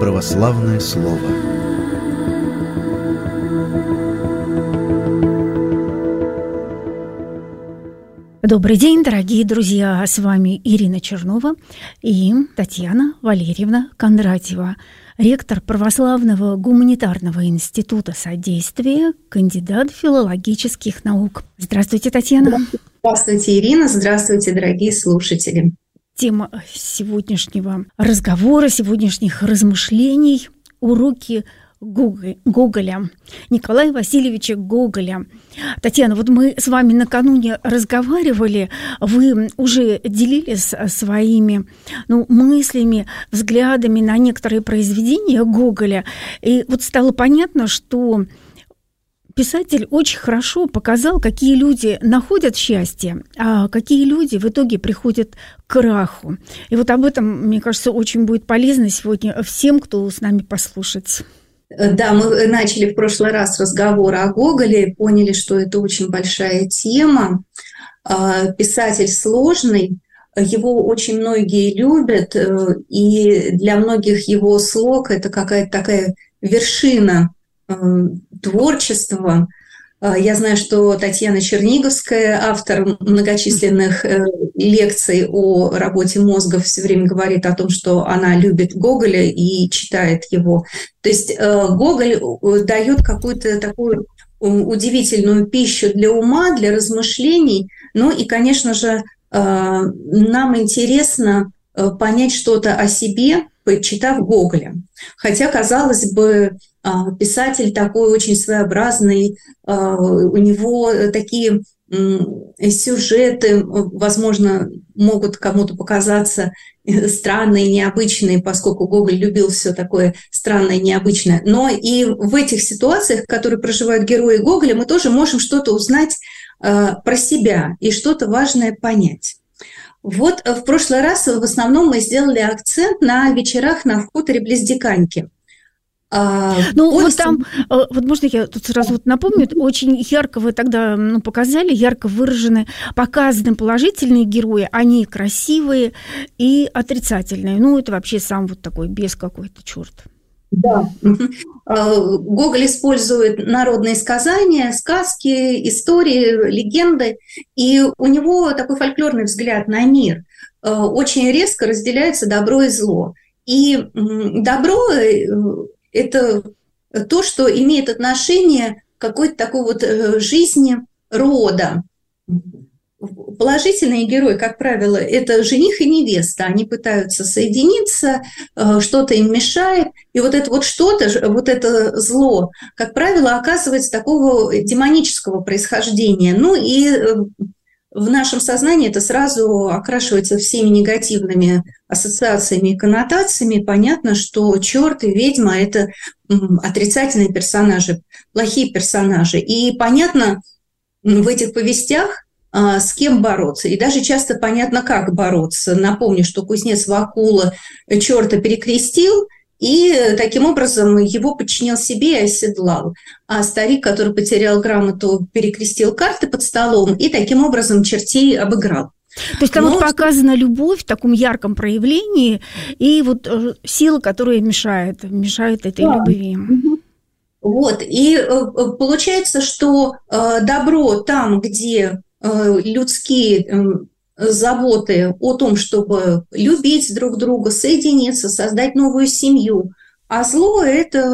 православное слово. Добрый день, дорогие друзья! С вами Ирина Чернова и Татьяна Валерьевна Кондратьева, ректор Православного гуманитарного института содействия, кандидат филологических наук. Здравствуйте, Татьяна! Здравствуйте, Ирина! Здравствуйте, дорогие слушатели! Тема сегодняшнего разговора, сегодняшних размышлений – уроки Гоголя, Николая Васильевича Гоголя. Татьяна, вот мы с вами накануне разговаривали, вы уже делились своими мыслями, взглядами на некоторые произведения Гоголя, и вот стало понятно, что писатель очень хорошо показал, какие люди находят счастье, а какие люди в итоге приходят к краху. И вот об этом, мне кажется, очень будет полезно сегодня всем, кто с нами послушает. Да, мы начали в прошлый раз разговор о Гоголе, поняли, что это очень большая тема. Писатель сложный, его очень многие любят, и для многих его слог это какая-то такая вершина творчества. Я знаю, что Татьяна Черниговская, автор многочисленных лекций о работе мозга, все время говорит о том, что она любит Гоголя и читает его. То есть Гоголь дает какую-то такую удивительную пищу для ума, для размышлений. Ну и, конечно же, нам интересно понять что-то о себе, почитав Гоголя. Хотя, казалось бы, писатель такой очень своеобразный, у него такие сюжеты, возможно, могут кому-то показаться странные, необычные, поскольку Гоголь любил все такое странное, необычное. Но и в этих ситуациях, в которых проживают герои Гоголя, мы тоже можем что-то узнать про себя и что-то важное понять. Вот в прошлый раз в основном мы сделали акцент на вечерах на хуторе близ Диканьки. Вот там, вот можно я тут сразу напомню, очень ярко вы тогда показали, ярко выражены, показаны положительные герои, они красивые и отрицательные. Это вообще сам вот такой бес какой-то, черт. Да. Гоголь использует народные сказания, сказки, истории, легенды, и у него такой фольклорный взгляд на мир. Очень резко разделяется добро и зло. И добро – это то, что имеет отношение к какой-то такой вот жизни рода. Положительные герои, как правило, это жених и невеста. Они пытаются соединиться, что-то им мешает. И вот это вот что-то, вот это зло, как правило, оказывается такого демонического происхождения. И в нашем сознании это сразу окрашивается всеми негативными ассоциациями и коннотациями. Понятно, что черт и ведьма – это отрицательные персонажи, плохие персонажи. И понятно в этих повестях, с кем бороться. И даже часто понятно, как бороться. Напомню, что кузнец Вакула черта перекрестил, и таким образом его подчинил себе и оседлал. А старик, который потерял грамоту, перекрестил карты под столом и таким образом чертей обыграл. То есть там вот показана любовь в таком ярком проявлении и вот сила, которая мешает этой любви. Вот. И получается, что добро там, где людские заботы о том, чтобы любить друг друга, соединиться, создать новую семью. А зло – это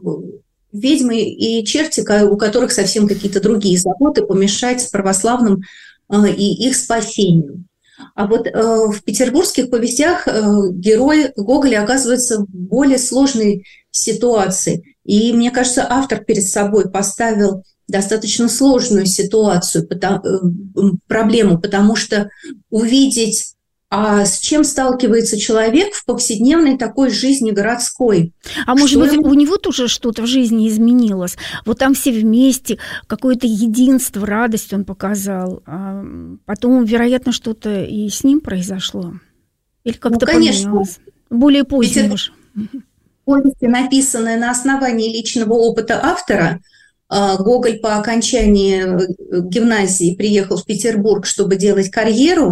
ведьмы и черти, у которых совсем какие-то другие заботы, помешать православным и их спасению. А вот в петербургских повестях герой Гоголя оказывается в более сложной ситуации. И, мне кажется, автор перед собой поставил достаточно сложную ситуацию, проблему, потому что увидеть, с чем сталкивается человек в повседневной такой жизни городской. А может быть, у него тоже что-то в жизни изменилось? Вот там все вместе, какое-то единство, радость он показал. А потом, вероятно, что-то и с ним произошло. Или как-то поменялось? Более позднее уже. Повести, написанные на основании личного опыта автора. Гоголь по окончании гимназии приехал в Петербург, чтобы делать карьеру,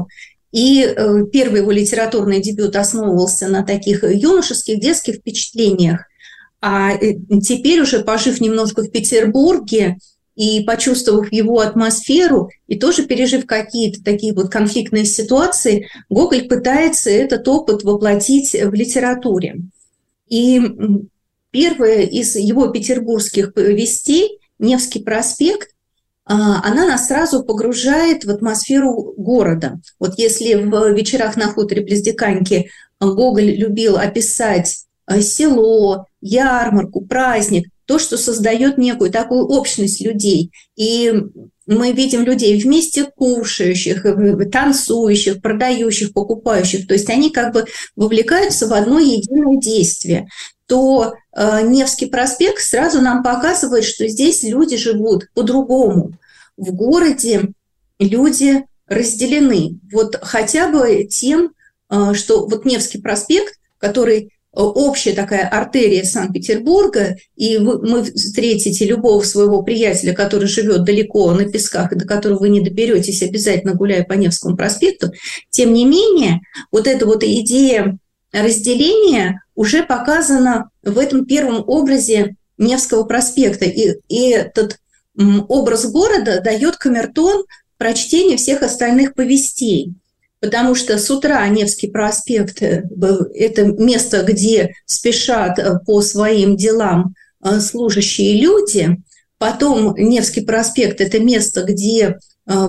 И первый его литературный дебют основывался на таких юношеских, детских впечатлениях. А теперь уже, пожив немножко в Петербурге и почувствовав его атмосферу, и тоже пережив какие-то такие вот конфликтные ситуации, Гоголь пытается этот опыт воплотить в литературе. И первая из его петербургских повестей «Невский проспект», она нас сразу погружает в атмосферу города. Вот если в «Вечерах на хуторе близ Диканьки» Гоголь любил описать село, ярмарку, праздник, то, что создает некую такую общность людей. И мы видим людей вместе кушающих, танцующих, продающих, покупающих. То есть они как бы вовлекаются в одно единое действие. То Невский проспект сразу нам показывает, что здесь люди живут по-другому. В городе люди разделены. Вот хотя бы тем, что вот Невский проспект, который общая такая артерия Санкт-Петербурга, и вы встретите любого своего приятеля, который живет далеко на Песках, и до которого вы не доберетесь, обязательно гуляя по Невскому проспекту. Тем не менее, вот эта вот идея разделения уже показана в этом первом образе Невского проспекта. И этот образ города дает камертон прочтению всех остальных повестей. Потому что с утра Невский проспект – это место, где спешат по своим делам служащие люди. Потом Невский проспект – это место, где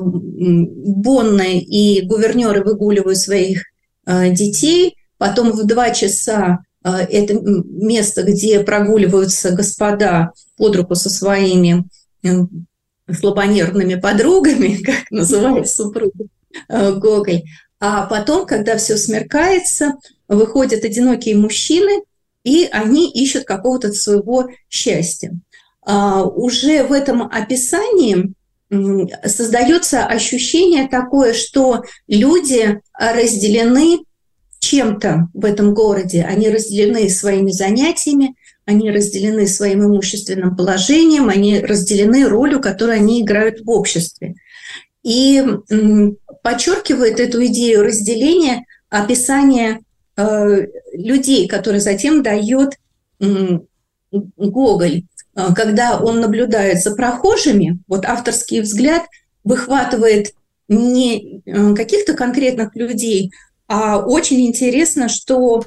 бонны и гувернеры выгуливают своих детей. Потом в 2 часа это место, где прогуливаются господа под руку со своими слабонервными подругами, как называют супруги Гоголь. А потом, когда все смеркается, выходят одинокие мужчины, и они ищут какого-то своего счастья. Уже в этом описании создается ощущение такое, что люди разделены чем-то в этом городе. Они разделены своими занятиями, они разделены своим имущественным положением, они разделены ролью, которую они играют в обществе. И подчеркивает эту идею разделения описание людей, которые затем дает Гоголь. Когда он наблюдает за прохожими, вот авторский взгляд выхватывает не каких-то конкретных людей, а очень интересно, что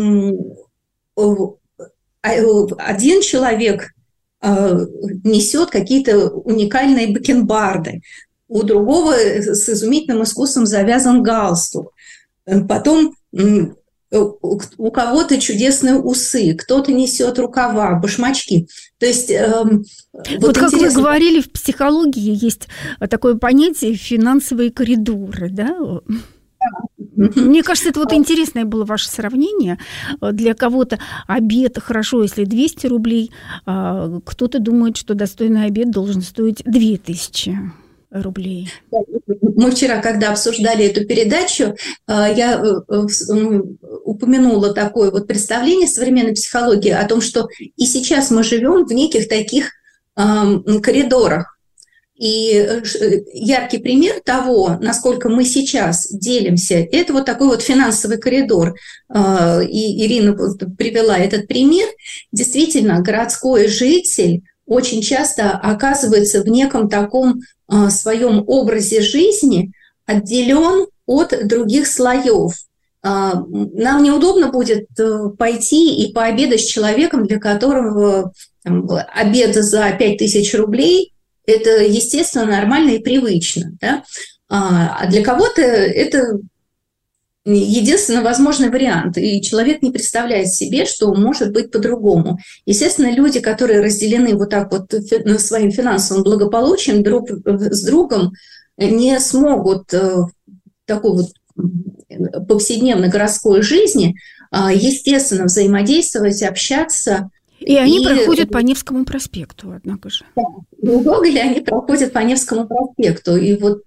один человек несет какие-то уникальные бакенбарды, у другого с изумительным искусством завязан галстук. Потом у кого-то чудесные усы, кто-то несет рукава, башмачки. То есть вот как вы говорили, в психологии есть такое понятие финансовые коридоры, да? Мне кажется, это вот интересное было ваше сравнение. Для кого-то обед хорошо, если 200 рублей, а кто-то думает, что достойный обед должен стоить 2000 рублей. Мы вчера, когда обсуждали эту передачу, я упомянула такое вот представление современной психологии о том, что и сейчас мы живем в неких таких коридорах. И яркий пример того, насколько мы сейчас делимся, это вот такой вот финансовый коридор. И Ирина привела этот пример. Действительно, городской житель очень часто оказывается в неком таком своем образе жизни отделен от других слоев. Нам неудобно будет пойти и пообедать с человеком, для которого обед за 5000 рублей – это, естественно, нормально и привычно. Да? А для кого-то это единственно возможный вариант, и человек не представляет себе, что может быть по-другому. Естественно, люди, которые разделены вот так вот своим финансовым благополучием друг с другом, не смогут в такой вот повседневной городской жизни, естественно, взаимодействовать, общаться. И они проходят по Невскому проспекту, однако же. Да, у Гоголя они проходят по Невскому проспекту. И вот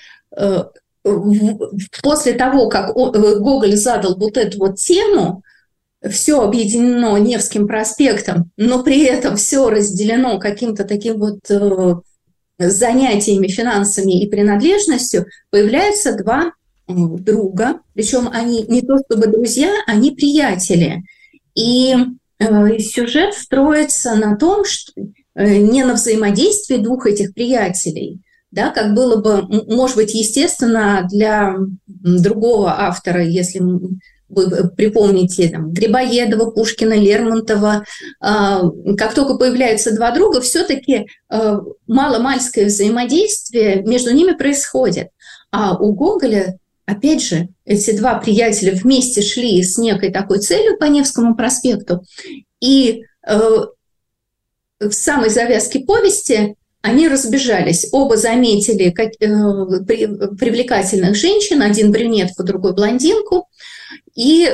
после того, как Гоголь задал вот эту вот тему, все объединено Невским проспектом, но при этом все разделено каким-то таким вот занятиями, финансами и принадлежностью, появляются 2 друга, причем они не то чтобы друзья, они приятели. И сюжет строится на том, что не на взаимодействии двух этих приятелей, да, как было бы, может быть, естественно для другого автора, если вы припомните там, Грибоедова, Пушкина, Лермонтова, как только появляются два друга, все-таки маломальское взаимодействие между ними происходит. А у Гоголя, опять же, эти два приятеля вместе шли с некой такой целью по Невскому проспекту, и в самой завязке повести они разбежались. Оба заметили привлекательных женщин, один брюнетку, другой блондинку, и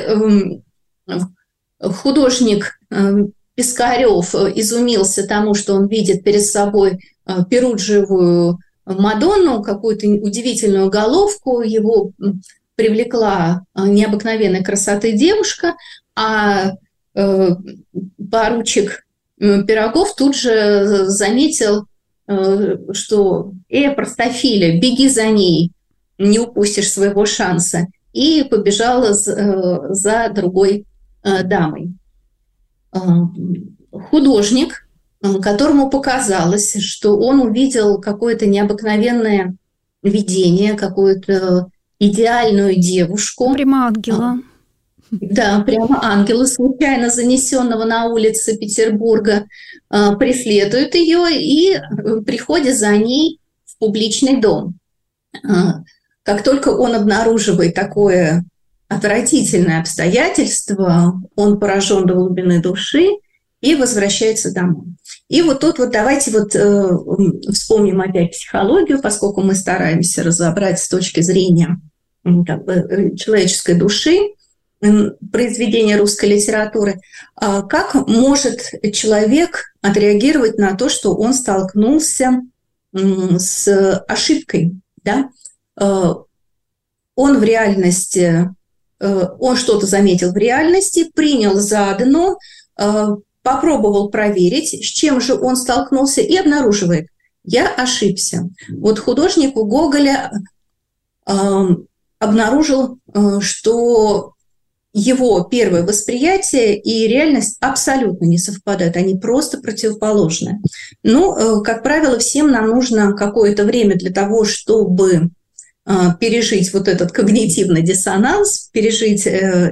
художник Пискарёв изумился тому, что он видит перед собой Перуджиевую Мадонну, какую-то удивительную головку, его привлекла необыкновенной красоты девушка, а поручик Пирогов тут же заметил, что простофиля, беги за ней, не упустишь своего шанса, и побежала за другой дамой. Художник, которому показалось, что он увидел какое-то необыкновенное видение, какую-то идеальную девушку. Прямо ангела. Да, прямо ангела, случайно занесенного на улице Петербурга, преследует ее и приходит за ней в публичный дом. Как только он обнаруживает такое отвратительное обстоятельство, он поражен до глубины души и возвращается домой. И вот тут вот давайте вот вспомним опять психологию, поскольку мы стараемся разобрать с точки зрения человеческой души произведения русской литературы, как может человек отреагировать на то, что он столкнулся с ошибкой, да? Он в реальности, он что-то заметил в реальности, принял за дано, попробовал проверить, с чем же он столкнулся, и обнаруживает: я ошибся. Вот художник у Гоголя обнаружил, что его первое восприятие и реальность абсолютно не совпадают, они просто противоположны. Ну, как правило, всем нам нужно какое-то время для того, чтобы пережить вот этот когнитивный диссонанс, пережить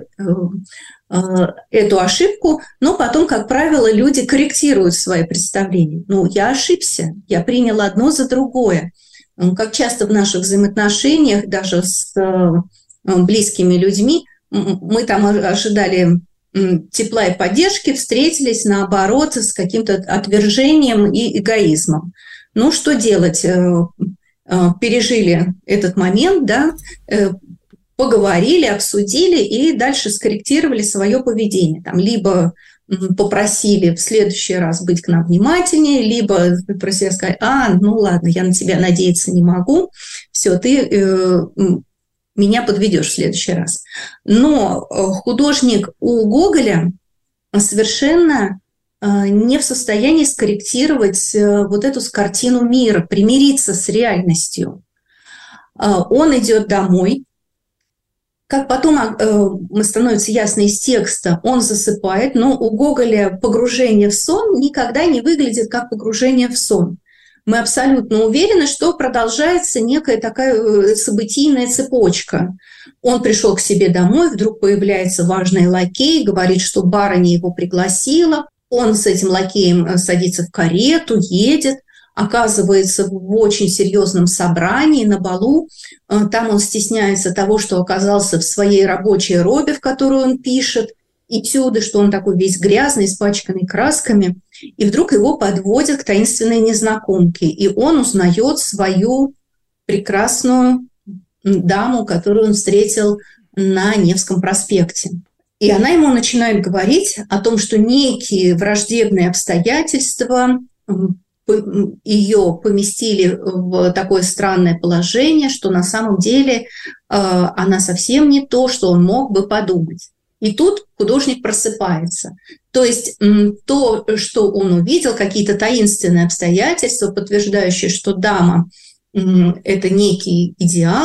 эту ошибку, но потом, как правило, люди корректируют свои представления. Ну, я ошибся, я принял одно за другое. Как часто в наших взаимоотношениях, даже с близкими людьми, мы там ожидали тепла и поддержки, встретились, наоборот, с каким-то отвержением и эгоизмом. Ну, что делать? Пережили этот момент, да, поговорили, обсудили и дальше скорректировали свое поведение. Там, либо попросили в следующий раз быть к нам внимательнее, либо просили сказать: ну ладно, я на тебя надеяться не могу, все, ты меня подведешь в следующий раз. Но художник у Гоголя совершенно не в состоянии скорректировать вот эту картину мира, примириться с реальностью. Он идет домой. Как потом становится ясно из текста, он засыпает, но у Гоголя погружение в сон никогда не выглядит как погружение в сон. Мы абсолютно уверены, что продолжается некая такая событийная цепочка. Он пришел к себе домой, вдруг появляется важный лакей, говорит, что барыня его пригласила. Он с этим лакеем садится в карету, едет, оказывается в очень серьезном собрании, на балу. Там он стесняется того, что оказался в своей рабочей робе, в которую он пишет этюды, что он такой весь грязный, испачканный красками. И вдруг его подводят к таинственной незнакомке, и он узнает свою прекрасную даму, которую он встретил на Невском проспекте. И она ему начинает говорить о том, что некие враждебные обстоятельства ее поместили в такое странное положение, что на самом деле она совсем не то, что он мог бы подумать. И тут художник просыпается. То есть то, что он увидел, какие-то таинственные обстоятельства, подтверждающие, что дама – это некий идеал,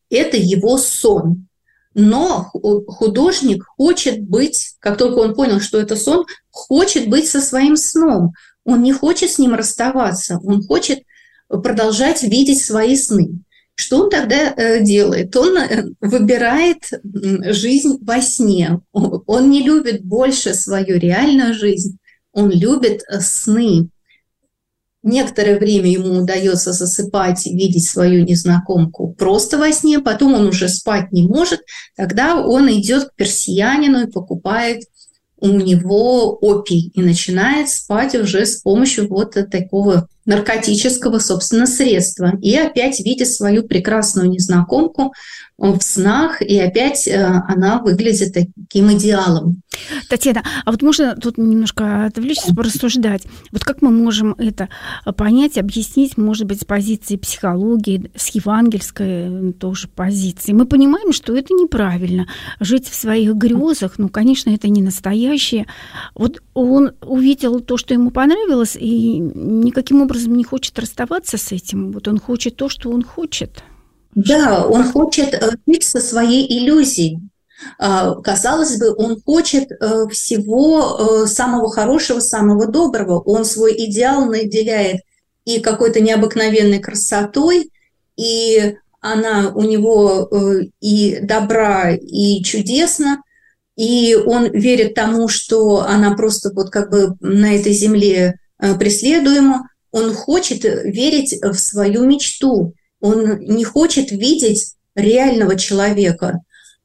это его сон. Но художник хочет быть, как только он понял, что это сон, хочет быть со своим сном. Он не хочет с ним расставаться, он хочет продолжать видеть свои сны. Что он тогда делает? Он выбирает жизнь во сне. Он не любит больше свою реальную жизнь, он любит сны. Некоторое время ему удается засыпать, видеть свою незнакомку просто во сне, потом он уже спать не может, тогда он идет к персиянину и покупает у него опий и начинает спать уже с помощью вот такого наркотического, собственно, средства. И опять видит свою прекрасную незнакомку в снах, и опять она выглядит таким идеалом. Татьяна, а вот можно тут немножко отвлечься, порассуждать. Вот как мы можем это понять, объяснить, может быть, с позиции психологии, с евангельской тоже позиции? Мы понимаем, что это неправильно. Жить в своих грезах, ну, конечно, это не настоящее. Вот он увидел то, что ему понравилось, и никаким образом не хочет расставаться с этим. Вот он хочет то, что он хочет. Да, он хочет жить со своей иллюзией. Казалось бы, он хочет всего самого хорошего, самого доброго. Он свой идеал наделяет и какой-то необыкновенной красотой, и она у него и добра, и чудесна, и он верит тому, что она просто вот как бы на этой земле преследуема. Он хочет верить в свою мечту. Он не хочет видеть реального человека.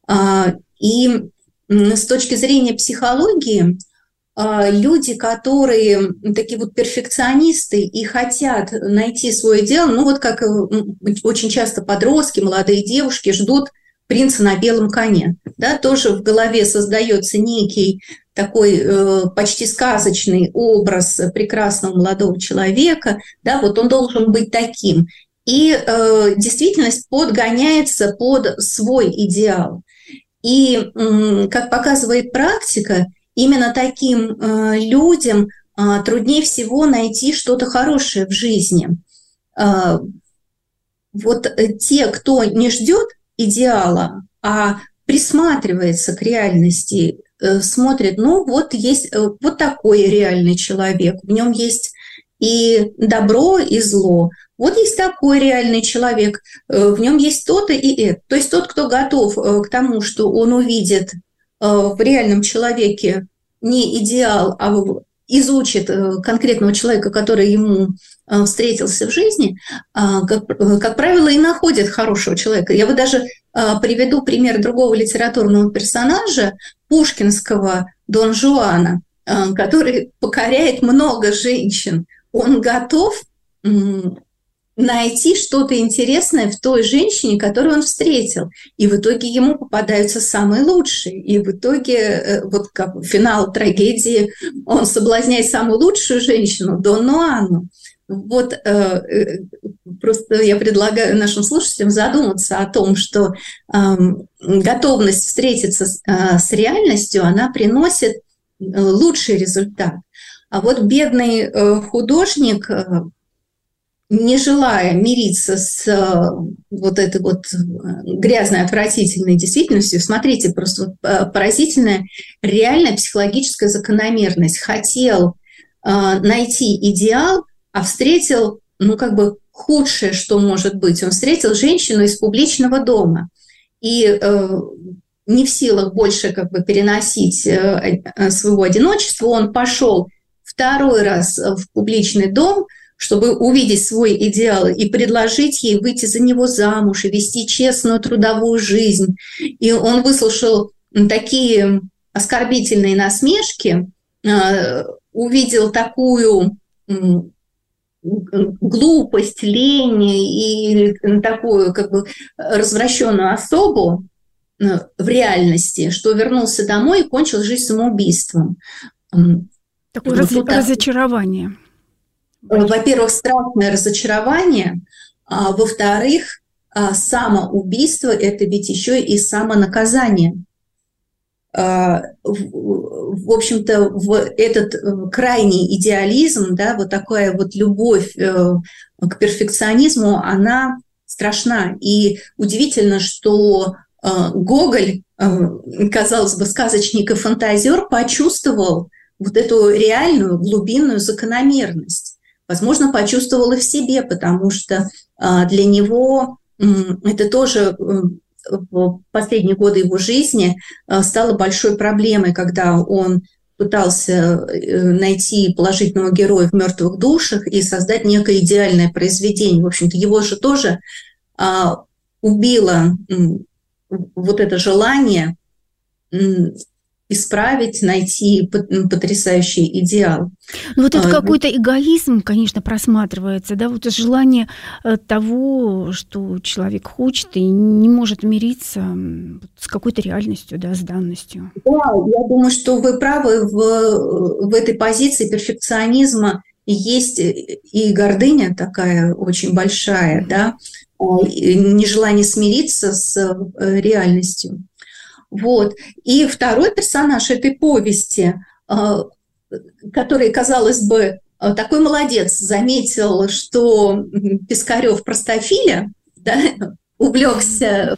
И с точки зрения психологии, люди, которые такие вот перфекционисты и хотят найти свой идеал, ну вот как очень часто подростки, молодые девушки ждут принца на белом коне. Да, тоже в голове создается некий такой почти сказочный образ прекрасного молодого человека. Да, вот он должен быть таким. И действительность подгоняется под свой идеал. И, как показывает практика, именно таким людям труднее всего найти что-то хорошее в жизни. Вот те, кто не ждет идеала, а присматривается к реальности, смотрит, ну вот есть вот такой реальный человек, в нем есть и добро, и зло. Вот есть такой реальный человек, в нем есть то-то и это. То есть тот, кто готов к тому, что он увидит в реальном человеке не идеал, а изучит конкретного человека, который ему встретился в жизни, как правило, и находит хорошего человека. Я вот даже приведу пример другого литературного персонажа, пушкинского Дон Жуана, который покоряет много женщин. Он готов найти что-то интересное в той женщине, которую он встретил. И в итоге ему попадаются самые лучшие. И в итоге, вот как финал трагедии, он соблазняет самую лучшую женщину, Донну Анну. Вот просто я предлагаю нашим слушателям задуматься о том, что готовность встретиться с реальностью, она приносит лучший результат. А вот бедный художник, не желая мириться с вот этой вот грязной, отвратительной действительностью, смотрите, просто поразительная реальная психологическая закономерность. Хотел найти идеал, а встретил, ну, как бы худшее, что может быть. Он встретил женщину из публичного дома. И не в силах больше как бы переносить своего одиночества, он пошел второй раз в публичный дом, чтобы увидеть свой идеал и предложить ей выйти за него замуж и вести честную трудовую жизнь. И он выслушал такие оскорбительные насмешки, увидел такую глупость, лень и такую как бы развращенную особу в реальности, что вернулся домой и кончил жизнь самоубийством. Такое разочарование. Во-первых, страшное разочарование, а во-вторых, самоубийство – это ведь еще и самонаказание. В общем-то, в этот крайний идеализм, да, вот такая вот любовь к перфекционизму, она страшна. И удивительно, что Гоголь, казалось бы, сказочник и фантазер, почувствовал вот эту реальную глубинную закономерность. Возможно, почувствовал и в себе, потому что для него это тоже в последние годы его жизни стало большой проблемой, когда он пытался найти положительного героя в «Мертвых душах» и создать некое идеальное произведение. В общем-то, его же тоже убило вот это желание исправить, найти потрясающий идеал. Ну вот это какой-то эгоизм, конечно, просматривается, да, вот желание того, что человек хочет и не может мириться с какой-то реальностью, да, с данностью. Да, я думаю, что вы правы в этой позиции перфекционизма. Есть и гордыня такая очень большая, да, нежелание смириться с реальностью. Вот. И второй персонаж этой повести, который, казалось бы, такой молодец, заметил, что Пискарёв простофиля, да, увлекся,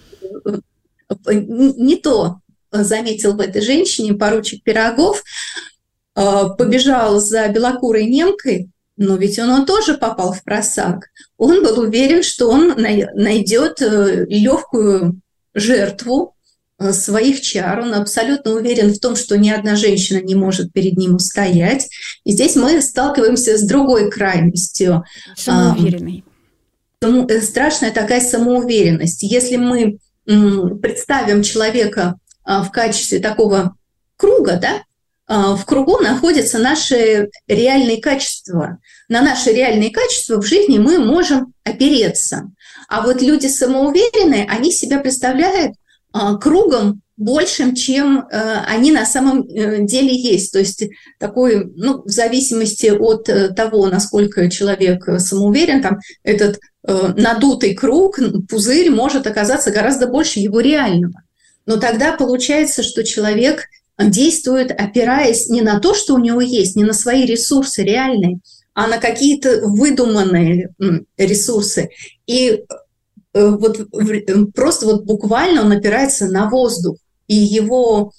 не то заметил в этой женщине, поручик Пирогов, побежал за белокурой немкой, но ведь он тоже попал в просак. Он был уверен, что он найдет легкую жертву своих чар. Он абсолютно уверен в том, что ни одна женщина не может перед ним устоять. И здесь мы сталкиваемся с другой крайностью. Самоуверенной. Страшная такая самоуверенность. Если мы представим человека в качестве такого круга, да, в кругу находятся наши реальные качества. На наши реальные качества в жизни мы можем опереться. А вот люди самоуверенные, они себя представляют кругом большим, чем они на самом деле есть. То есть такой, в зависимости от того, насколько человек самоуверен, там этот надутый круг, пузырь может оказаться гораздо больше его реального. Но тогда получается, что человек действует, опираясь не на то, что у него есть, не на свои ресурсы реальные, а на какие-то выдуманные ресурсы. И вот просто вот буквально он опирается на воздух, и его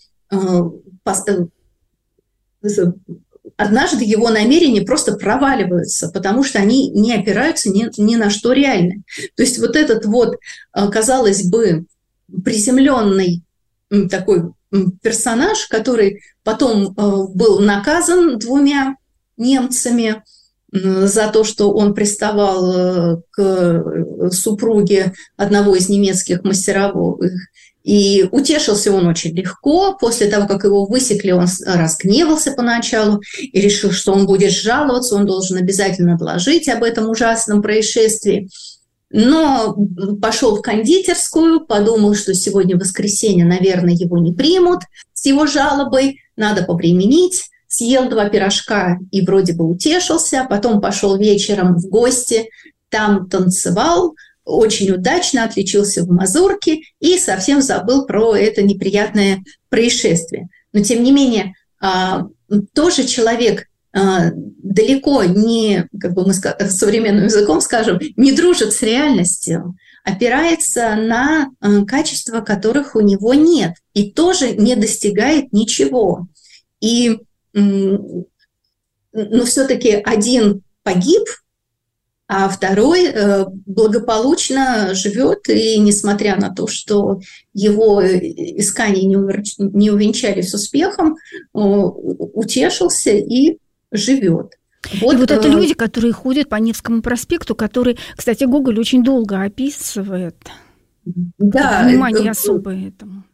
однажды его намерения просто проваливаются, потому что они не опираются ни на что реальное. То есть вот этот вот, казалось бы, приземленный такой персонаж, который потом был наказан 2 немцами за то, что он приставал к супруге одного из немецких мастеровых. И утешился он очень легко. После того, как его высекли, он разгневался поначалу и решил, что он будет жаловаться, он должен обязательно доложить об этом ужасном происшествии. Но пошел в кондитерскую, подумал, что сегодня воскресенье, наверное, его не примут с его жалобой, надо повременить. Съел 2 пирожка и вроде бы утешился, потом пошел вечером в гости, там танцевал, очень удачно отличился в мазурке и совсем забыл про это неприятное происшествие. Но тем не менее, тоже человек далеко не, как бы мы современным языком скажем, не дружит с реальностью, опирается на качества, которых у него нет, и тоже не достигает ничего. Но все-таки один погиб, а второй благополучно живет, и несмотря на то, что его искания не увенчались успехом, утешился и живет. И вот это люди, которые ходят по Невскому проспекту, которые, кстати, Гоголь очень долго описывает. Да, внимание особое этому.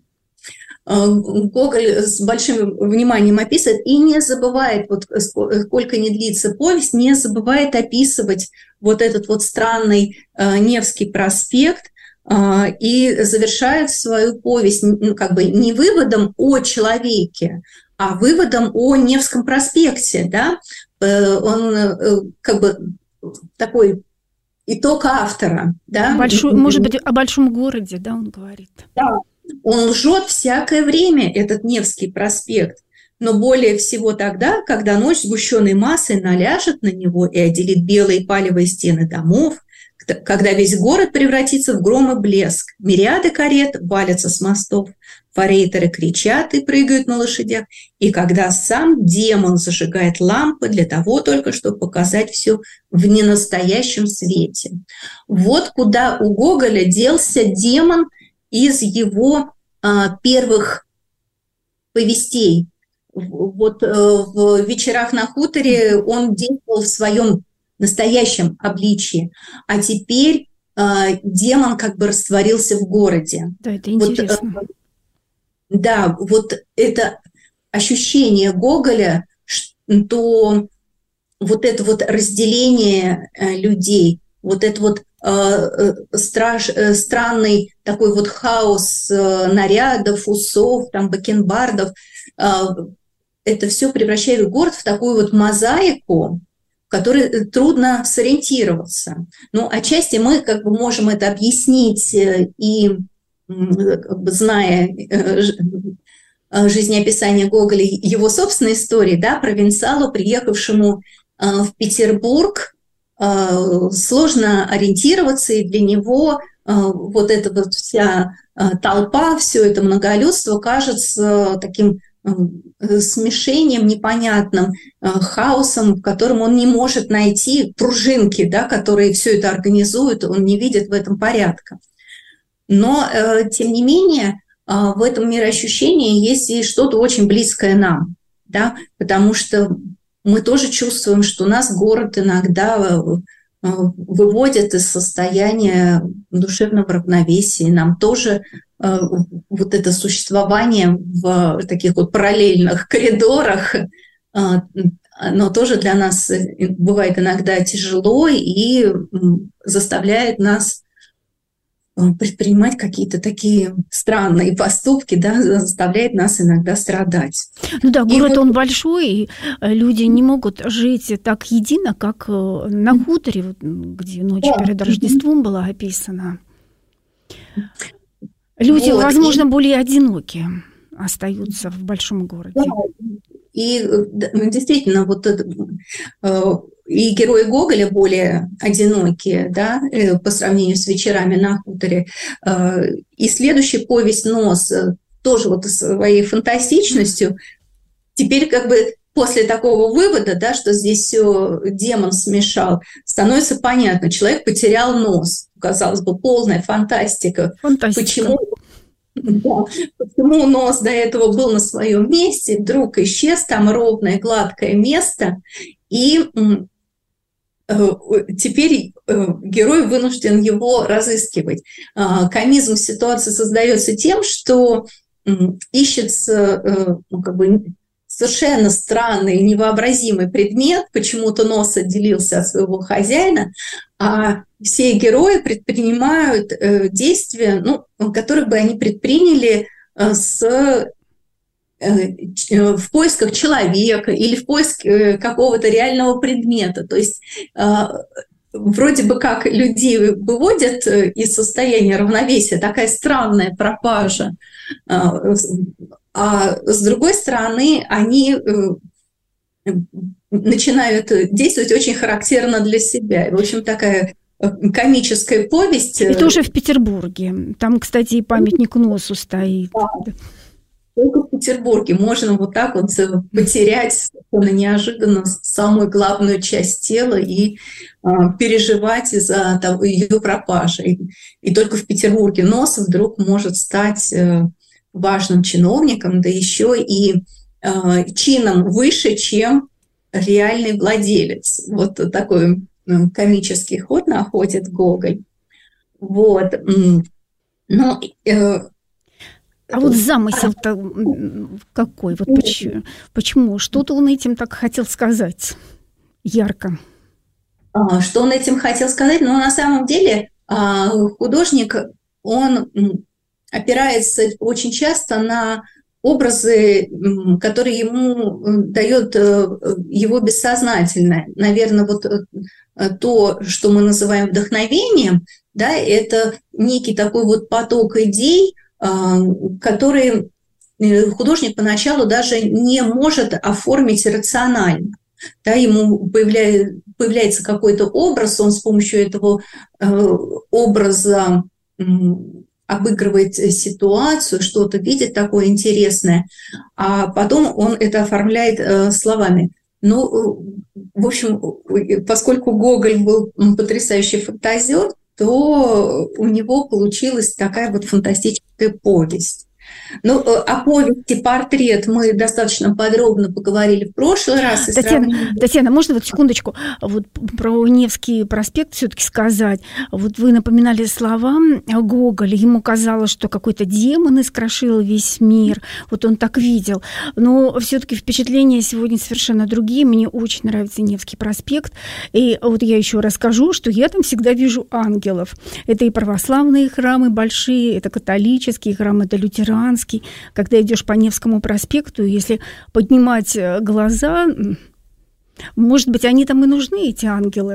Гоголь с большим вниманием описывает и не забывает, вот сколько ни длится повесть, не забывает описывать вот этот вот странный Невский проспект и завершает свою повесть как бы не выводом о человеке, а выводом о Невском проспекте, да? Он как бы такой итог автора, да? Может быть, о большом городе, да, он говорит. Да. Он лжет всякое время, этот Невский проспект, но более всего тогда, когда ночь сгущенной массой наляжет на него и отделит белые палевые стены домов, когда весь город превратится в гром и блеск, мириады карет валятся с мостов, форейтеры кричат и прыгают на лошадях, и когда сам демон зажигает лампы для того только, чтобы показать все в ненастоящем свете. Вот куда у Гоголя делся демон из его первых повестей. Вот в «Вечерах на хуторе» он действовал в своем настоящем обличии, а теперь демон как бы растворился в городе. Да, это интересно. Да, вот это ощущение Гоголя, что вот это вот разделение людей, вот это вот странный такой вот хаос нарядов, усов, там, бакенбардов, это все превращает город в такую вот мозаику, в которой трудно сориентироваться. Ну, отчасти мы как бы можем это объяснить и как бы зная жизнеописание Гоголя, его собственной истории, да, провинциалу, приехавшему в Петербург, сложно ориентироваться, и для него вот эта вот вся толпа, все это многолюдство кажется таким смешением непонятным, хаосом, в котором он не может найти пружинки, да, которые все это организуют, он не видит в этом порядка. Но, тем не менее, в этом мироощущении есть и что-то очень близкое нам, да, потому что мы тоже чувствуем, что нас город иногда выводит из состояния душевного равновесия. Нам тоже вот это существование в таких вот параллельных коридорах, оно тоже для нас бывает иногда тяжело и заставляет нас предпринимать какие-то такие странные поступки, да, заставляет нас иногда страдать. Ну да, город, он большой, и люди не могут жить так едино, как на хуторе, где ночь перед Рождеством была описана. Люди, вот, возможно, более одинокие остаются в большом городе. Да. И действительно, вот и герои Гоголя более одинокие, да, по сравнению с «Вечерами на хуторе». И следующая повесть «Нос» тоже вот своей фантастичностью. Теперь как бы после такого вывода, да, что здесь все демон смешал, становится понятно, человек потерял нос. Казалось бы, полная фантастика. Почему нос до этого был на своем месте, вдруг исчез, там ровное, гладкое место, и теперь герой вынужден его разыскивать. Комизм ситуации создается тем, что ищется как бы совершенно странный, невообразимый предмет, почему-то нос отделился от своего хозяина, а все герои предпринимают действия, ну, которые бы они предприняли в поисках человека или в поиске какого-то реального предмета. То есть вроде бы как людей выводят из состояния равновесия, такая странная пропажа, а с другой стороны они начинают действовать очень характерно для себя. И, в общем, такая комическая повесть. И тоже в Петербурге. Там, кстати, и памятник носу стоит. Да. Только в Петербурге можно вот так вот потерять совершенно неожиданно самую главную часть тела и переживать из-за ее пропажи. И только в Петербурге нос вдруг может стать важным чиновником, да еще и чином выше, чем реальный владелец. Вот такой комический ход находит Гоголь. Вот. Но, а вот замысел-то какой? Вот почему? Что-то он этим так хотел сказать ярко. Что он этим хотел сказать? Но на самом деле художник, он опирается очень часто на образы, которые ему дает его бессознательное. Наверное, вот то, что мы называем вдохновением, да, это некий такой вот поток идей, которые художник поначалу даже не может оформить рационально. Да, ему появляется какой-то образ, он с помощью этого образа обыгрывает ситуацию, что-то видит такое интересное, а потом он это оформляет словами. Ну, в общем, поскольку Гоголь был потрясающий фантазер, то у него получилась такая вот фантастическая повесть. Ну, о повести «Портрет» мы достаточно подробно поговорили в прошлый раз. Татьяна, можно вот секундочку вот про Невский проспект все-таки сказать? Вот вы напоминали слова Гоголя, ему казалось, что какой-то демон искрошил весь мир, вот он так видел. Но все-таки впечатления сегодня совершенно другие. Мне очень нравится Невский проспект. И вот я еще расскажу, что я там всегда вижу ангелов. Это и православные храмы большие, это католические храмы, это лютеранские. Когда идешь по Невскому проспекту, если поднимать глаза, может быть, они там и нужны, эти ангелы.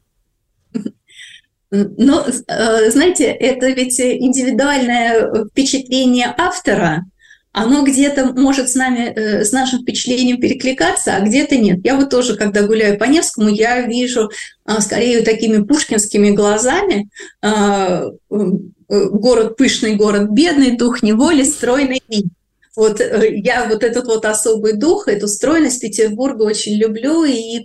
Но, знаете, это ведь индивидуальное впечатление автора. Оно где-то может с нами, с нашим впечатлением перекликаться, а где-то нет. Я вот тоже, когда гуляю по Невскому, я вижу скорее такими пушкинскими глазами город пышный, город бедный, дух неволи, стройный вид. Вот я вот этот вот особый дух, эту стройность Петербурга очень люблю и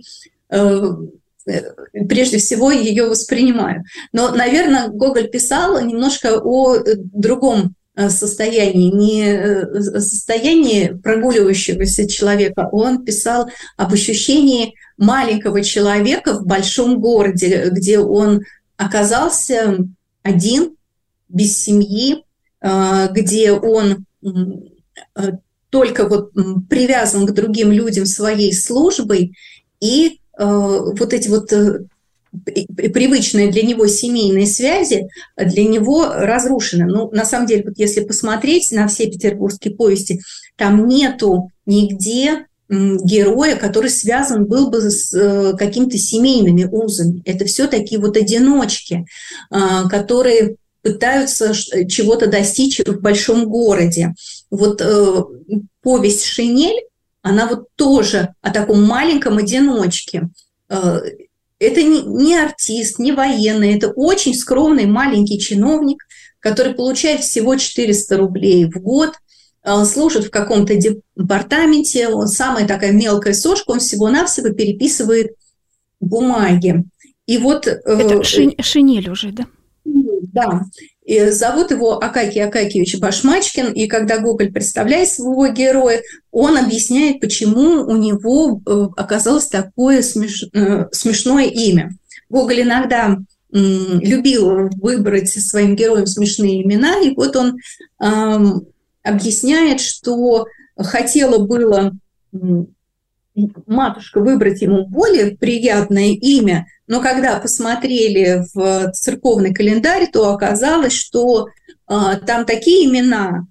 прежде всего ее воспринимаю. Но, наверное, Гоголь писал немножко о другом состоянии, не состоянии прогуливающегося человека, он писал об ощущении маленького человека в большом городе, где он оказался один, без семьи, где он только вот привязан к другим людям своей службой, и вот эти вот привычные для него семейные связи для него разрушены. Ну, на самом деле, вот если посмотреть на все петербургские повести, там нету нигде героя, который связан был бы с какими-то семейными узами. Это все такие вот одиночки, которые пытаются чего-то достичь в большом городе. Вот повесть «Шинель», она вот тоже о таком маленьком одиночке. Это не артист, не военный, это очень скромный маленький чиновник, который получает всего 400 рублей в год, служит в каком-то департаменте, он самая такая мелкая сошка, он всего-навсего переписывает бумаги. И вот... Это Шинель уже, да? Да, и зовут его Акакий Акакиевич Башмачкин, и когда Гоголь представляет своего героя, он объясняет, почему у него оказалось такое смешное имя. Гоголь иногда любил выбрать своим героям смешные имена, и вот он объясняет, что хотела было матушка выбрать ему более приятное имя, но когда посмотрели в церковный календарь, то оказалось, что там такие имена: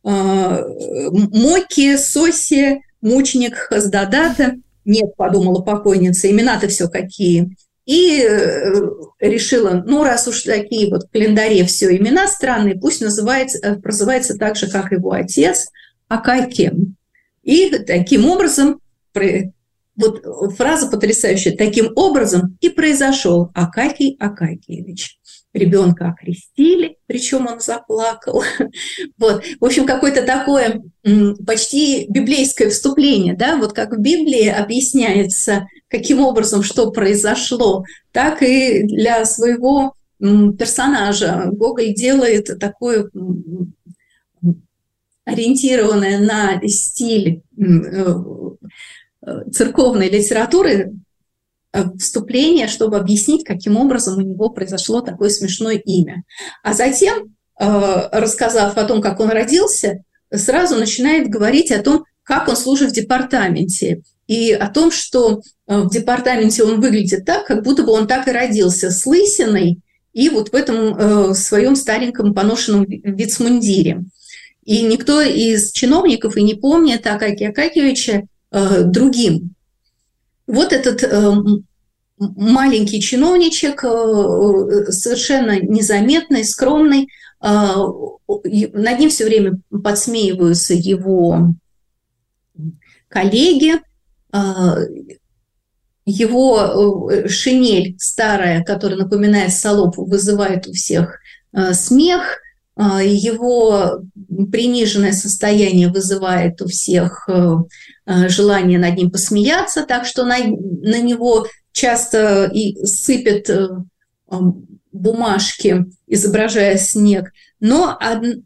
Моки, Соси, Мученик, Хаздадата. Нет, подумала покойница, имена-то все какие. И решила, ну, раз уж такие вот в календаре все имена странные, пусть прозывается так же, как его отец, Акакем. И таким образом, вот фраза потрясающая, таким образом и произошел Акакий Акакиевич. Ребенка окрестили, причем он заплакал. Вот. В общем, какое-то такое почти библейское вступление, да, вот как в Библии объясняется, каким образом что произошло, так и для своего персонажа Гоголь делает такое ориентированное на стиль церковной литературы вступление, чтобы объяснить, каким образом у него произошло такое смешное имя. А затем, рассказав о том, как он родился, сразу начинает говорить о том, как он служит в департаменте, и о том, что в департаменте он выглядит так, как будто бы он так и родился, с лысиной и вот в этом своем стареньком поношенном вицмундире. И никто из чиновников и не помнит Акакия Акакиевича другим. Вот этот маленький чиновничек, совершенно незаметный, скромный, над ним все время подсмеиваются его коллеги, его шинель старая, которая напоминает салопу, вызывает у всех смех, его приниженное состояние вызывает у всех желание над ним посмеяться, так что на него часто и сыпят бумажки, изображая снег. Но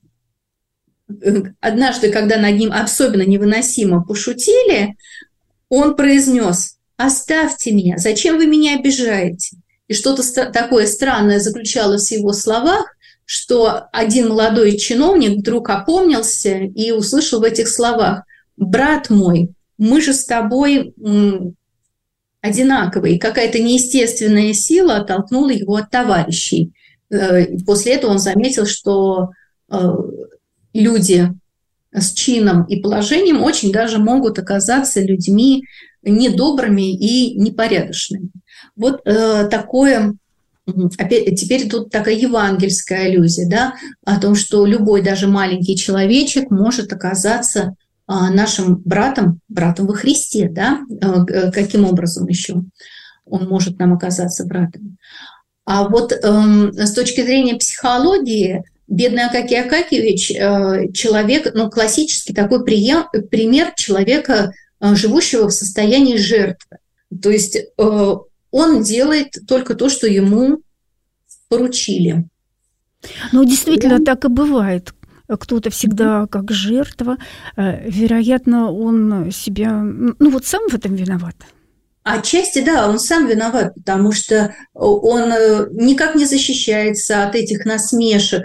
однажды, когда над ним особенно невыносимо пошутили, он произнес: «Оставьте меня, зачем вы меня обижаете?» И что-то такое странное заключалось в его словах, что один молодой чиновник вдруг опомнился и услышал в этих словах: «Брат мой, мы же с тобой одинаковые». И какая-то неестественная сила оттолкнула его от товарищей. После этого он заметил, что люди с чином и положением очень даже могут оказаться людьми недобрыми и непорядочными. Вот такое, опять, теперь тут такая евангельская аллюзия, да, о том, что любой, даже маленький человечек может оказаться нашим братом во Христе, да, каким образом еще он может нам оказаться братом. А вот с точки зрения психологии, бедный Акакий Акакиевич человек, ну, классический такой пример человека, живущего в состоянии жертвы. То есть он делает только то, что ему поручили. Ну, действительно, так и бывает. Кто-то всегда как жертва. Вероятно, он себя, ну, вот сам в этом виноват. Отчасти, да, он сам виноват, потому что он никак не защищается от этих насмешек.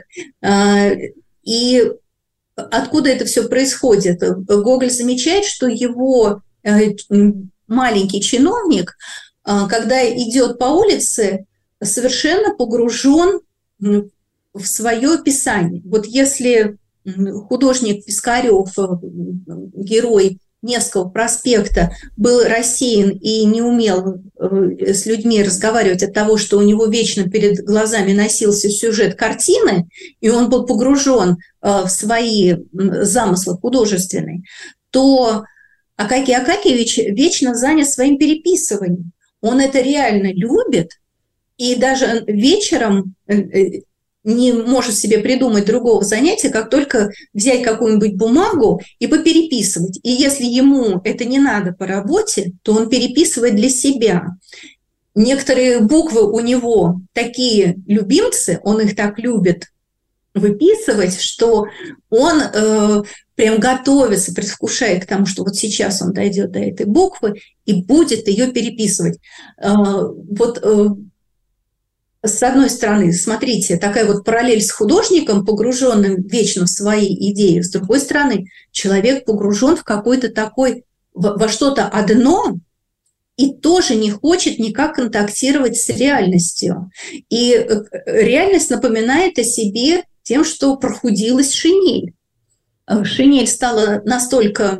И откуда это все происходит? Гоголь замечает, что его маленький чиновник, когда идет по улице, совершенно погружен в свое писание. Вот если художник Пискарев, герой Невского проспекта, был рассеян и не умел с людьми разговаривать от того, что у него вечно перед глазами носился сюжет картины, и он был погружен в свои замыслы художественные, то Акакий Акакиевич вечно занят своим переписыванием. Он это реально любит, и даже вечером не может себе придумать другого занятия, как только взять какую-нибудь бумагу и попереписывать. И если ему это не надо по работе, то он переписывает для себя. Некоторые буквы у него такие любимцы, он их так любит выписывать, что он прям готовится, предвкушая к тому, что вот сейчас он дойдет до этой буквы и будет ее переписывать. Вот с одной стороны, смотрите, такая вот параллель с художником, погруженным вечно в свои идеи. С другой стороны, человек погружен в какой-то такой, во что-то одно, и тоже не хочет никак контактировать с реальностью. И реальность напоминает о себе тем, что прохудилась шинель. Шинель стала настолько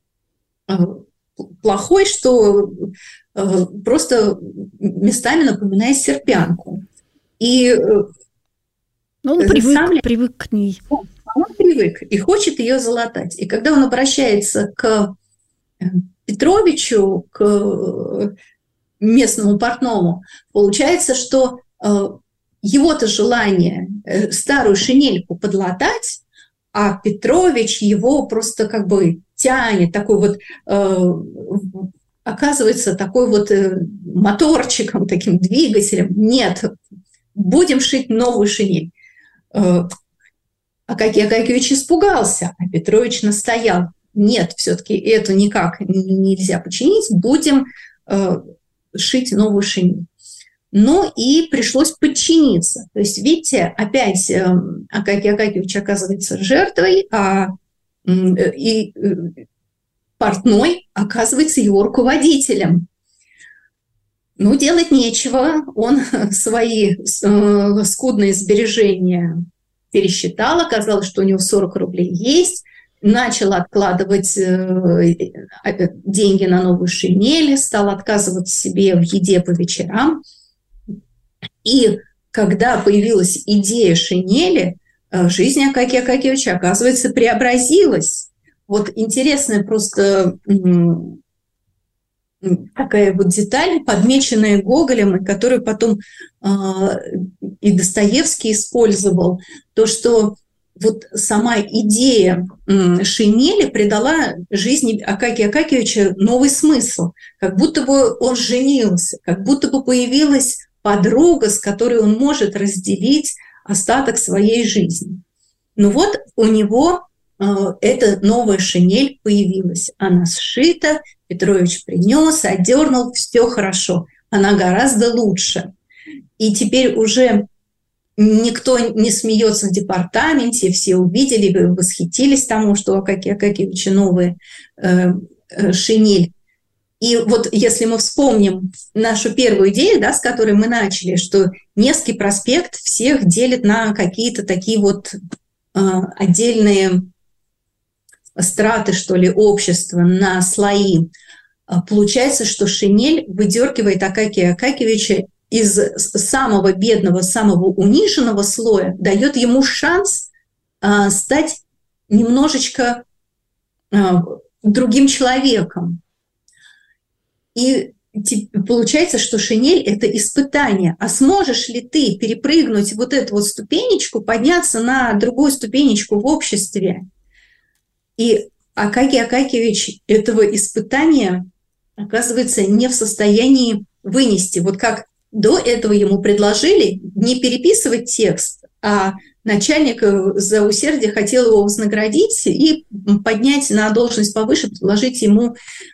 плохой, что просто местами напоминает серпянку. И он привык к ней. Он привык и хочет ее залатать. И когда он обращается к Петровичу, к местному портному, получается, что его-то желание старую шинельку подлатать, а Петрович его просто как бы тянет, такой вот, оказывается, такой вот моторчиком, таким двигателем. Нет, будем шить новую шинель. Акакий Акакиевич испугался, а Петрович настоял. Нет, все-таки это никак нельзя починить, будем шить новую шинель. Ну и пришлось подчиниться. То есть, видите, опять Акакий Акакиевич оказывается жертвой, и портной оказывается его руководителем. Ну, делать нечего. Он свои скудные сбережения пересчитал. Оказалось, что у него 40 рублей есть. Начал откладывать деньги на новую шинель, стал отказывать себе в еде по вечерам. И когда появилась идея шинели, жизнь Акакия Акакиевича, оказывается, преобразилась. Вот интересная просто такая вот деталь, подмеченная Гоголем, и которую потом и Достоевский использовал, то, что вот сама идея шинели придала жизни Акакия Акакиевича новый смысл, как будто бы он женился, как будто бы появилась подруга, с которой он может разделить остаток своей жизни. Ну вот у него эта новая шинель появилась. Она сшита, Петрович принес, отдернул, все хорошо. Она гораздо лучше. И теперь уже никто не смеется в департаменте, все увидели, восхитились тому, что у Акакия Акакиевича новая шинель. И вот если мы вспомним нашу первую идею, да, с которой мы начали, что Невский проспект всех делит на какие-то такие вот отдельные страты, что ли, общества, на слои. Получается, что шинель выдергивает Акакия Акакиевича из самого бедного, самого униженного слоя, дает ему шанс стать немножечко другим человеком. И получается, что шинель – это испытание. А сможешь ли ты перепрыгнуть вот эту вот ступенечку, подняться на другую ступенечку в обществе? И Акакий Акакиевич этого испытания, оказывается, не в состоянии вынести. Вот как до этого ему предложили не переписывать текст, а начальник за усердие хотел его вознаградить и поднять на должность повыше, предложить ему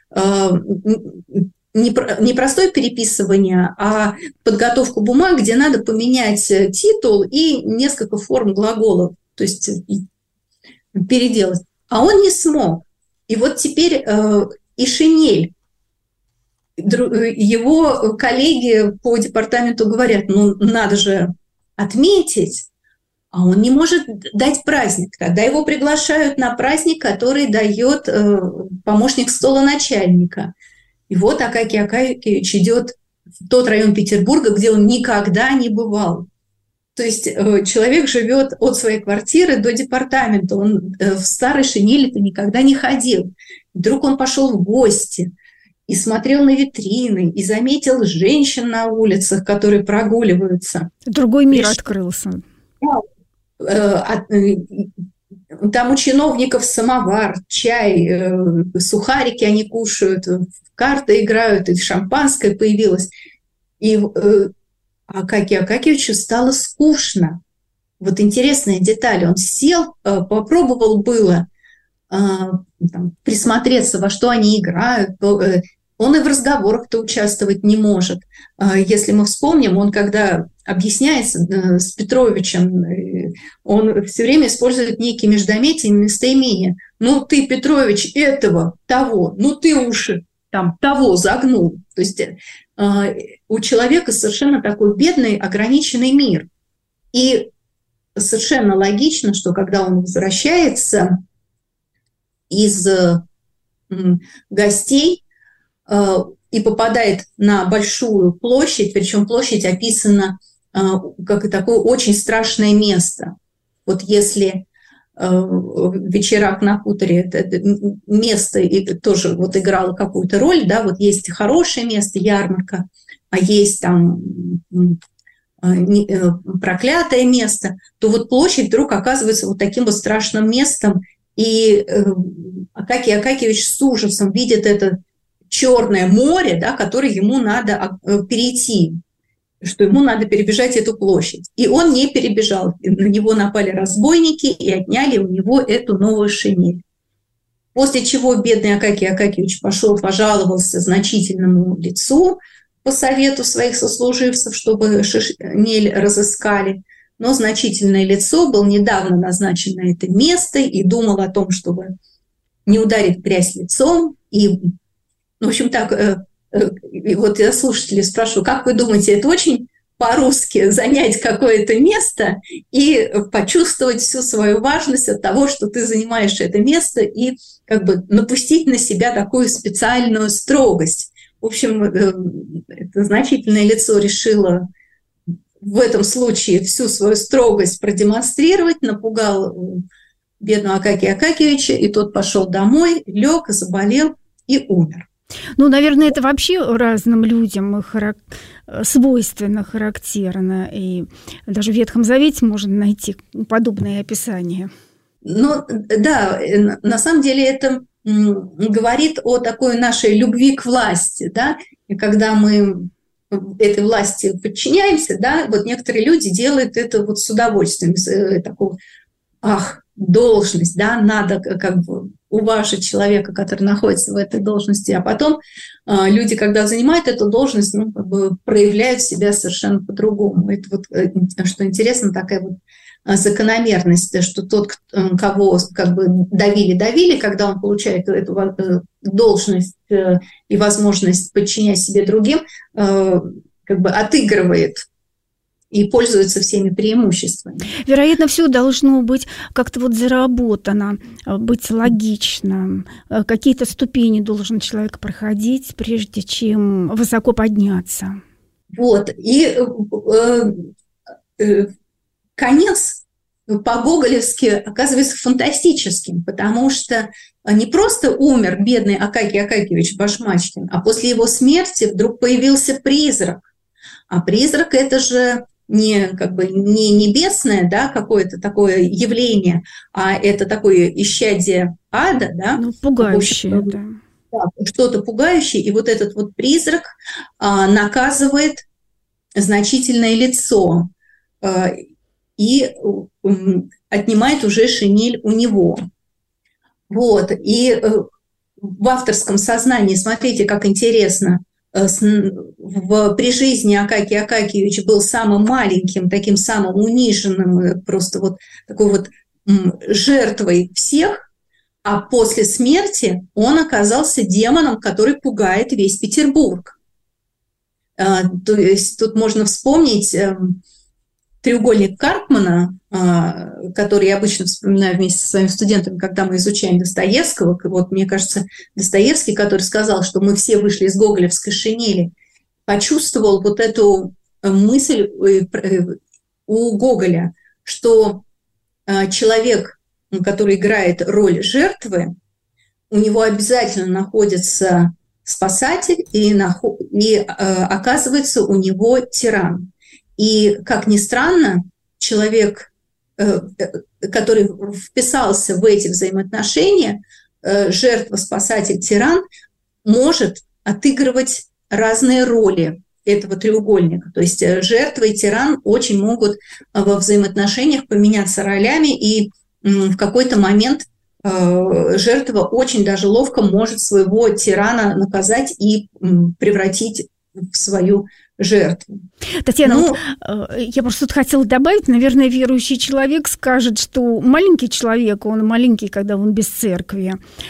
не простое переписывание, а подготовку бумаг, где надо поменять титул и несколько форм глаголов, то есть переделать. А он не смог. И вот теперь и шинель. Его коллеги по департаменту говорят, ну надо же отметить, а он не может дать праздник. Тогда его приглашают на праздник, который дает помощник столоначальника. И вот Акакий Акакиевич идет в тот район Петербурга, где он никогда не бывал. То есть человек живет от своей квартиры до департамента. Он в старой шинели-то никогда не ходил. Вдруг он пошел в гости и смотрел на витрины, и заметил женщин на улицах, которые прогуливаются. Другой мир открылся. Там у чиновников самовар, чай, сухарики они кушают, в карты играют, и шампанское появилось. И Акакию Акакиевичу стало скучно. Вот интересная деталь. Он сел, попробовал было присмотреться, во что они играют. Он и в разговорах-то участвовать не может. Если мы вспомним, он когда объясняется с Петровичем, он все время использует некие междометия, местоимения. Ну, ты, Петрович, этого, того, ну, ты уши там того загнул. То есть у человека совершенно такой бедный, ограниченный мир. И совершенно логично, что когда он возвращается из гостей и попадает на большую площадь, причем площадь описана как и такое очень страшное место. Вот если в «Вечерах на хуторе» это место тоже вот играло какую-то роль, да, вот есть хорошее место, ярмарка, а есть там проклятое место, то вот площадь вдруг оказывается вот таким вот страшным местом, и Акакий Акакиевич с ужасом видит это черное море, да, которое ему надо перейти, что ему надо перебежать эту площадь. И он не перебежал. На него напали разбойники и отняли у него эту новую шинель. После чего бедный Акакий Акакиевич пошел, пожаловался значительному лицу по совету своих сослуживцев, чтобы шинель разыскали. Но значительное лицо был недавно назначен на это место и думал о том, чтобы не ударить грязь лицом. И, в общем, так... И вот я слушателей спрашиваю, как вы думаете, это очень по-русски занять какое-то место и почувствовать всю свою важность от того, что ты занимаешь это место, и как бы напустить на себя такую специальную строгость. В общем, это значительное лицо решило в этом случае всю свою строгость продемонстрировать, напугал бедного Акакия Акакиевича, и тот пошел домой, лег, заболел и умер. Ну, наверное, это вообще разным людям свойственно, характерно. И даже в Ветхом Завете можно найти подобные описания. Ну, да, на самом деле это говорит о такой нашей любви к власти, да, и когда мы этой власти подчиняемся, да, вот некоторые люди делают это вот с удовольствием, такого, должность, да, надо как бы уважить человека, который находится в этой должности, а потом люди, когда занимают эту должность, ну, как бы проявляют себя совершенно по-другому. Это вот, что интересно, такая вот закономерность, что тот, кого как бы давили, когда он получает эту должность и возможность подчинять себе другим, как бы отыгрывает и пользуется всеми преимуществами. Вероятно, все должно быть как-то вот заработано, быть логичным. Какие-то ступени должен человек проходить, прежде чем высоко подняться. Вот. И конец по-гоголевски оказывается фантастическим, потому что не просто умер бедный Акакий Акакиевич Башмачкин, а после его смерти вдруг появился призрак. А призрак – это же не небесное, да, какое-то такое явление, а это такое исчадие ада, да. Ну, пугающее, да. Что-то пугающее. И вот этот вот призрак наказывает значительное лицо и отнимает уже шинель у него. Вот. И в авторском сознании, смотрите, как интересно, при жизни Акакий Акакиевич был самым маленьким, таким самым униженным, просто вот такой вот жертвой всех, а после смерти он оказался демоном, который пугает весь Петербург. То есть тут можно вспомнить треугольник Карпмана, который я обычно вспоминаю вместе со своими студентами, когда мы изучаем Достоевского. Вот, мне кажется, Достоевский, который сказал, что мы все вышли из гоголевской шинели, почувствовал вот эту мысль у Гоголя, что человек, который играет роль жертвы, у него обязательно находится спасатель и оказывается у него тиран. И, как ни странно, человек, который вписался в эти взаимоотношения, жертва, спасатель, тиран, может отыгрывать разные роли этого треугольника. То есть жертва и тиран очень могут во взаимоотношениях поменяться ролями, и в какой-то момент жертва очень даже ловко может своего тирана наказать и превратить в свою жертву. Татьяна, я просто тут хотела добавить, наверное, верующий человек скажет, что маленький человек, он маленький, когда он без церкви.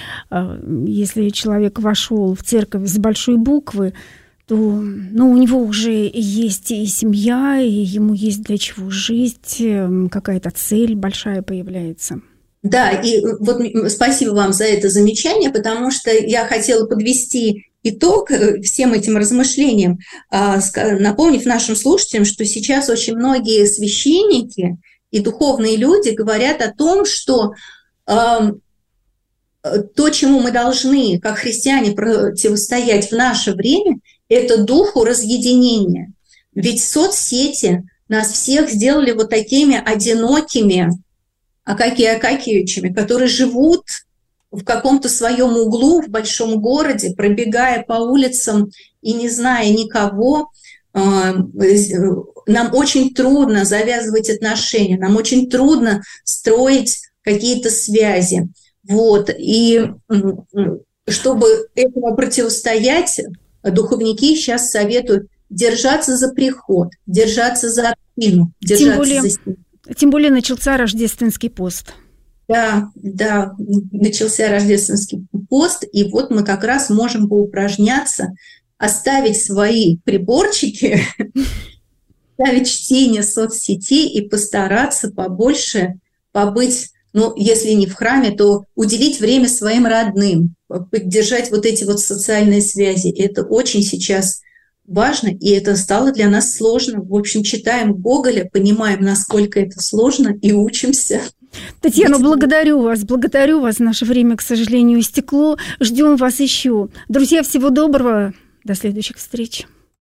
Если человек вошел в церковь с большой буквы, то у него уже есть и семья, и ему есть для чего жить, какая-то цель большая появляется. Да, и вот спасибо вам за это замечание, потому что я хотела подвести итог всем этим размышлениям, напомнив нашим слушателям, что сейчас очень многие священники и духовные люди говорят о том, что то, чему мы должны, как христиане, противостоять в наше время, это духу разъединения. Ведь соцсети нас всех сделали вот такими одинокими Акакием Акакиевичами, которые живут в каком-то своем углу в большом городе, пробегая по улицам и не зная никого. Нам очень трудно завязывать отношения, нам очень трудно строить какие-то связи. Вот. И чтобы этому противостоять, духовники сейчас советуют держаться за приход, держаться за общину, держаться за стену. Тем более начался рождественский пост. Да, начался рождественский пост, и вот мы как раз можем поупражняться, оставить свои приборчики, оставить чтение соцсетей и постараться побольше побыть, если не в храме, то уделить время своим родным, поддержать вот эти вот социальные связи. Это очень сейчас важно, и это стало для нас сложно. В общем, читаем Гоголя, понимаем, насколько это сложно, и учимся. Татьяна, благодарю вас. Наше время, к сожалению, истекло. Ждем вас еще. Друзья, всего доброго. До следующих встреч.